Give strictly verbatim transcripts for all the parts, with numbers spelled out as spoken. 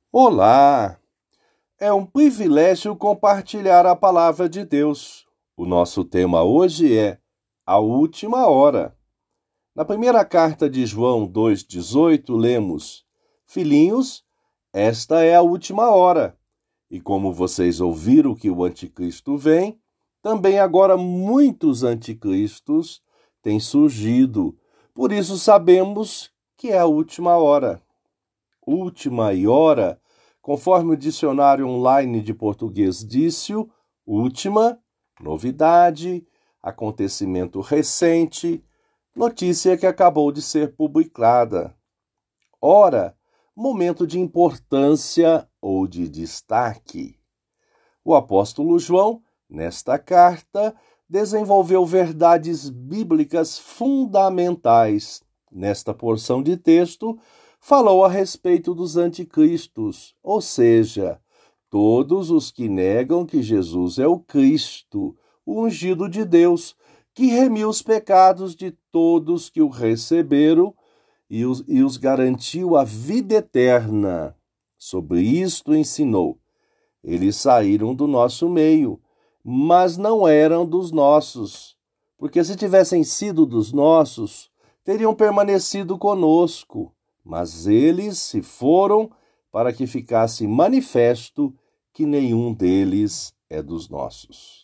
Olá! É um privilégio compartilhar a palavra de Deus. O nosso tema hoje é a última hora. Na primeira carta de João dois, dezoito, lemos: Filhinhos, esta é a última hora. E como vocês ouviram que o anticristo vem, também agora muitos anticristos têm surgido. Por isso sabemos que é a última hora. Última e hora, conforme o dicionário online de português disse, última, novidade, acontecimento recente, notícia que acabou de ser publicada. Hora, momento de importância ou de destaque. O apóstolo João, nesta carta, desenvolveu verdades bíblicas fundamentais. Nesta porção de texto, falou a respeito dos anticristos, ou seja, todos os que negam que Jesus é o Cristo, o ungido de Deus, que remiu os pecados de todos que o receberam e os, e os garantiu a vida eterna. Sobre isto ensinou. Eles saíram do nosso meio, mas não eram dos nossos, porque se tivessem sido dos nossos, teriam permanecido conosco. Mas eles se foram para que ficasse manifesto que nenhum deles é dos nossos.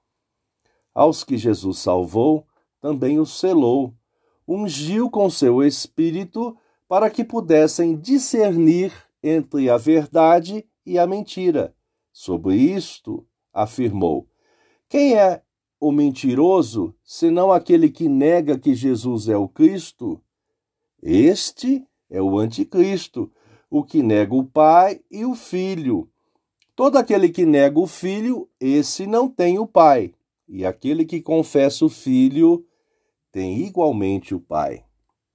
Aos que Jesus salvou, também os selou, ungiu com seu Espírito para que pudessem discernir entre a verdade e a mentira. Sobre isto, afirmou: quem é o mentiroso, senão aquele que nega que Jesus é o Cristo? Este é o anticristo, o que nega o Pai e o Filho. Todo aquele que nega o Filho, esse não tem o Pai. E aquele que confessa o Filho, tem igualmente o Pai.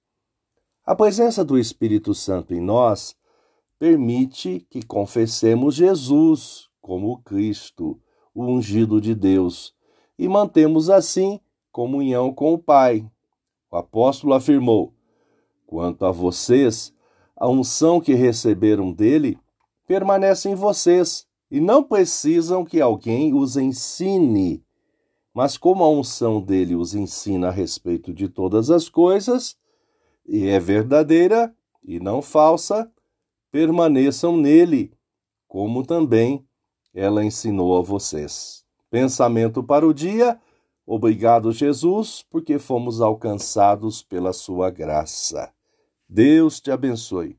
A presença do Espírito Santo em nós permite que confessemos Jesus como o Cristo, o ungido de Deus, e mantemos assim comunhão com o Pai. O apóstolo afirmou: quanto a vocês, a unção que receberam dele permanece em vocês e não precisam que alguém os ensine. Mas como a unção dele os ensina a respeito de todas as coisas, e é verdadeira e não falsa, permaneçam nele, como também ela ensinou a vocês. Pensamento para o dia. Obrigado, Jesus, porque fomos alcançados pela sua graça. Deus te abençoe.